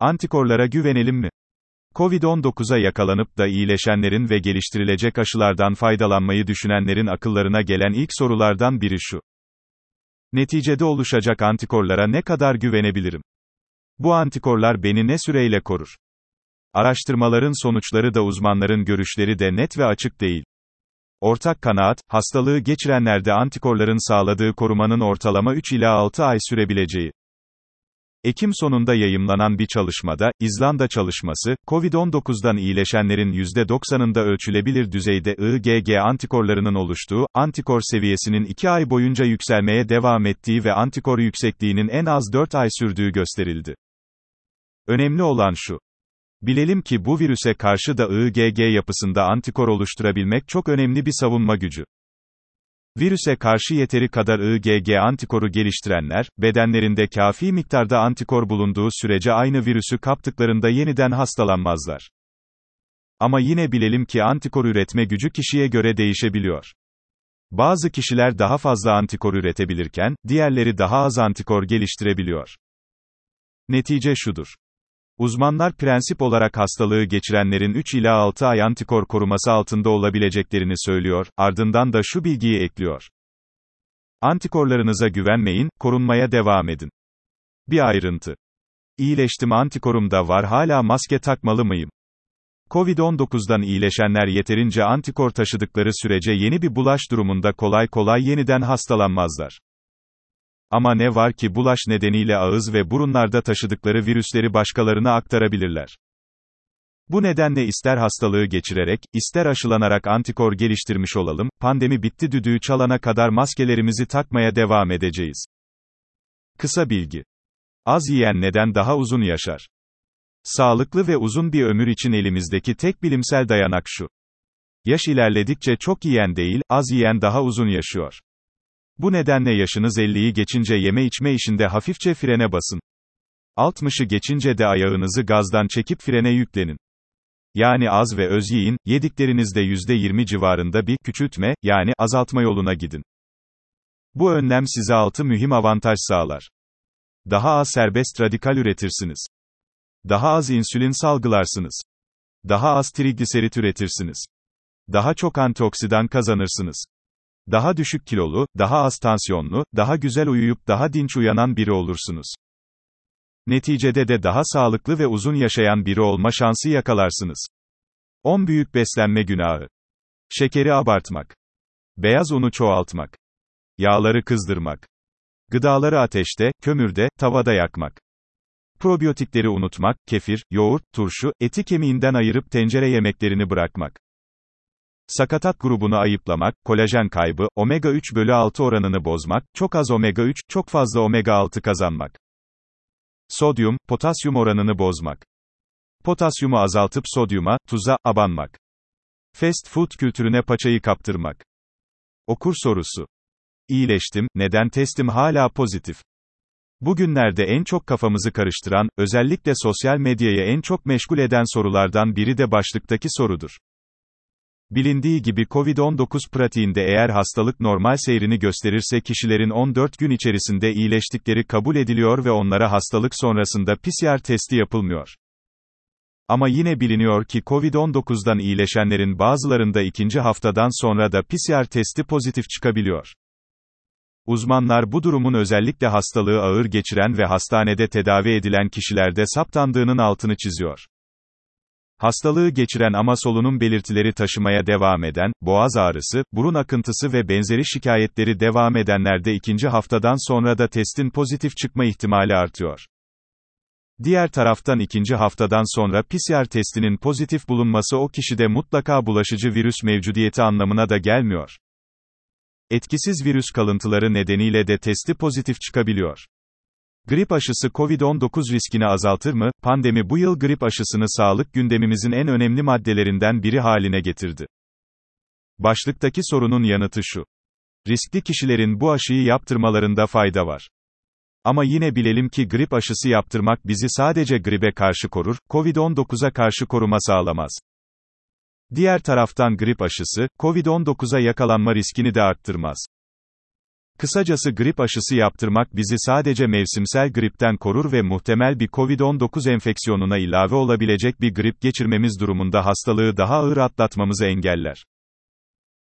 Antikorlara güvenelim mi? Covid-19'a yakalanıp da iyileşenlerin ve geliştirilecek aşılardan faydalanmayı düşünenlerin akıllarına gelen ilk sorulardan biri şu: neticede oluşacak antikorlara ne kadar güvenebilirim? Bu antikorlar beni ne süreyle korur? Araştırmaların sonuçları da uzmanların görüşleri de net ve açık değil. Ortak kanaat, hastalığı geçirenlerde antikorların sağladığı korumanın ortalama 3 ila 6 ay sürebileceği. Ekim sonunda yayımlanan bir çalışmada, İzlanda çalışması, Covid-19'dan iyileşenlerin %90'ında ölçülebilir düzeyde IgG antikorlarının oluştuğu, antikor seviyesinin 2 ay boyunca yükselmeye devam ettiği ve antikor yüksekliğinin en az 4 ay sürdüğü gösterildi. Önemli olan şu: bilelim ki bu virüse karşı da IgG yapısında antikor oluşturabilmek çok önemli bir savunma gücü. Virüse karşı yeteri kadar IgG antikoru geliştirenler, bedenlerinde kafi miktarda antikor bulunduğu sürece aynı virüsü kaptıklarında yeniden hastalanmazlar. Ama yine bilelim ki antikor üretme gücü kişiye göre değişebiliyor. Bazı kişiler daha fazla antikor üretebilirken, diğerleri daha az antikor geliştirebiliyor. Netice şudur: uzmanlar prensip olarak hastalığı geçirenlerin 3 ila 6 ay antikor koruması altında olabileceklerini söylüyor, ardından da şu bilgiyi ekliyor: antikorlarınıza güvenmeyin, korunmaya devam edin. Bir ayrıntı: İyileştim, antikorum da var, hala maske takmalı mıyım? Covid-19'dan iyileşenler yeterince antikor taşıdıkları sürece yeni bir bulaş durumunda kolay kolay yeniden hastalanmazlar. Ama ne var ki bulaş nedeniyle ağız ve burunlarda taşıdıkları virüsleri başkalarına aktarabilirler. Bu nedenle ister hastalığı geçirerek, ister aşılanarak antikor geliştirmiş olalım, pandemi bitti düdüğü çalana kadar maskelerimizi takmaya devam edeceğiz. Kısa bilgi: az yiyen neden daha uzun yaşar? Sağlıklı ve uzun bir ömür için elimizdeki tek bilimsel dayanak şu: yaş ilerledikçe çok yiyen değil, az yiyen daha uzun yaşıyor. Bu nedenle yaşınız 50'yi geçince yeme içme işinde hafifçe frene basın. 60'ı geçince de ayağınızı gazdan çekip frene yüklenin. Yani az ve öz yiyin, yediklerinizde %20 civarında bir küçültme, yani azaltma yoluna gidin. Bu önlem size 6 mühim avantaj sağlar. Daha az serbest radikal üretirsiniz. Daha az insülin salgılarsınız. Daha az trigliserit üretirsiniz. Daha çok antioksidan kazanırsınız. Daha düşük kilolu, daha az tansiyonlu, daha güzel uyuyup daha dinç uyanan biri olursunuz. Neticede de daha sağlıklı ve uzun yaşayan biri olma şansı yakalarsınız. 10 büyük beslenme günahı: şekeri abartmak, beyaz unu çoğaltmak, yağları kızdırmak, gıdaları ateşte, kömürde, tavada yakmak, probiyotikleri unutmak, kefir, yoğurt, turşu, eti kemiğinden ayırıp tencere yemeklerini bırakmak, sakatat grubunu ayıplamak, kolajen kaybı, omega-3/6 oranını bozmak, çok az omega-3, çok fazla omega-6 kazanmak, sodyum, potasyum oranını bozmak, potasyumu azaltıp sodyuma, tuza, abanmak, fast food kültürüne paçayı kaptırmak. Okur sorusu: İyileştim, neden testim hala pozitif? Bugünlerde en çok kafamızı karıştıran, özellikle sosyal medyayı en çok meşgul eden sorulardan biri de başlıktaki sorudur. Bilindiği gibi Covid-19 pratiğinde eğer hastalık normal seyrini gösterirse kişilerin 14 gün içerisinde iyileştikleri kabul ediliyor ve onlara hastalık sonrasında PCR testi yapılmıyor. Ama yine biliniyor ki Covid-19'dan iyileşenlerin bazılarında ikinci haftadan sonra da PCR testi pozitif çıkabiliyor. Uzmanlar bu durumun özellikle hastalığı ağır geçiren ve hastanede tedavi edilen kişilerde saptandığının altını çiziyor. Hastalığı geçiren ama solunum belirtileri taşımaya devam eden, boğaz ağrısı, burun akıntısı ve benzeri şikayetleri devam edenlerde ikinci haftadan sonra da testin pozitif çıkma ihtimali artıyor. Diğer taraftan ikinci haftadan sonra PCR testinin pozitif bulunması o kişide mutlaka bulaşıcı virüs mevcudiyeti anlamına da gelmiyor. Etkisiz virüs kalıntıları nedeniyle de testi pozitif çıkabiliyor. Grip aşısı Covid-19 riskini azaltır mı? Pandemi bu yıl grip aşısını sağlık gündemimizin en önemli maddelerinden biri haline getirdi. Başlıktaki sorunun yanıtı şu: riskli kişilerin bu aşıyı yaptırmalarında fayda var. Ama yine bilelim ki grip aşısı yaptırmak bizi sadece gribe karşı korur, Covid-19'a karşı koruma sağlamaz. Diğer taraftan grip aşısı, Covid-19'a yakalanma riskini de arttırmaz. Kısacası grip aşısı yaptırmak bizi sadece mevsimsel gripten korur ve muhtemel bir COVID-19 enfeksiyonuna ilave olabilecek bir grip geçirmemiz durumunda hastalığı daha ağır atlatmamızı engeller.